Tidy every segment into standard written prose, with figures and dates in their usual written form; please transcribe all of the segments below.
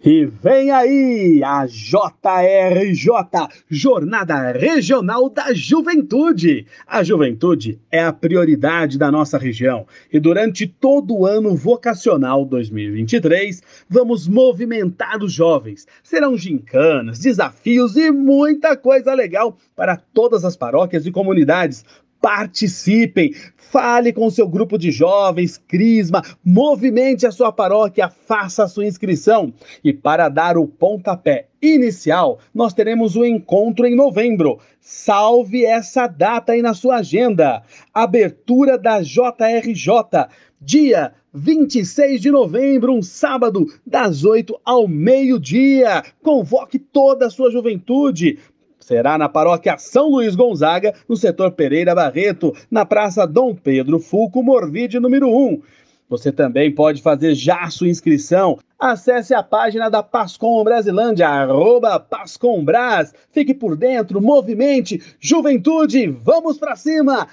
E vem aí a JRJ, Jornada Regional da Juventude. A juventude é a prioridade da nossa região e durante todo o ano vocacional 2023, vamos movimentar os jovens. Serão gincanas, desafios e muita coisa legal para todas as paróquias e comunidades. Participem, fale com o seu grupo de jovens, crisma, movimente a sua paróquia, faça a sua inscrição. E para dar o pontapé inicial, nós teremos um encontro em novembro. Salve essa data aí na sua agenda. Abertura da JRJ, dia 26 de novembro, um sábado, das 8 ao meio-dia. Convoque toda a sua juventude. Será na paróquia São Luís Gonzaga, no setor Pereira Barreto, na Praça Dom Pedro Fulco, Morvide, número 1. Você também pode fazer já a sua inscrição. Acesse a página da Pascom Brasilândia, @PascomBras. Fique por dentro, movimente, juventude, vamos pra cima!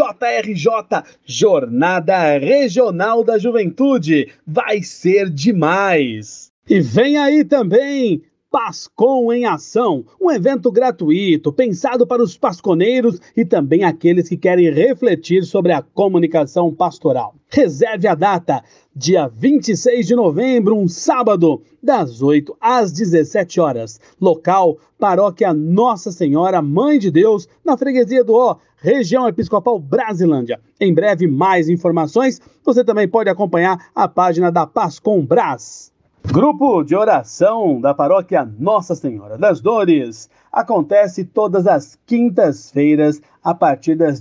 JRJ, Jornada Regional da Juventude. Vai ser demais! E vem aí também Pascom em Ação, um evento gratuito, pensado para os pasconeiros e também aqueles que querem refletir sobre a comunicação pastoral. Reserve a data, dia 26 de novembro, um sábado, das 8 às 17 horas. Local, Paróquia Nossa Senhora Mãe de Deus, na Freguesia do Ó, Região Episcopal Brasilândia. Em breve, mais informações, você também pode acompanhar a página da Pascom Brás. Grupo de oração da Paróquia Nossa Senhora das Dores acontece todas as quintas-feiras a partir das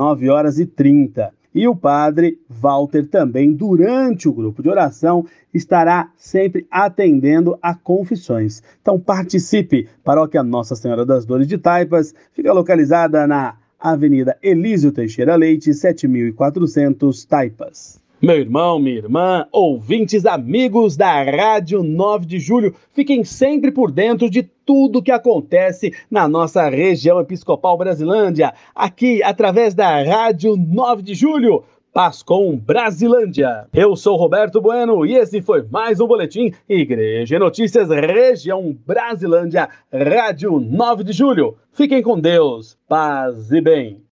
19h30. E o padre Walter também, durante o grupo de oração, estará sempre atendendo a confissões. Então participe! Paróquia Nossa Senhora das Dores de Taipas fica localizada na Avenida Elísio Teixeira Leite, 7400 Taipas. Meu irmão, minha irmã, ouvintes, amigos da Rádio 9 de Julho, fiquem sempre por dentro de tudo que acontece na nossa região episcopal Brasilândia, aqui através da Rádio 9 de Julho, Pascom Brasilândia. Eu sou Roberto Bueno e esse foi mais um boletim Igreja e Notícias Região Brasilândia, Rádio 9 de Julho. Fiquem com Deus, paz e bem.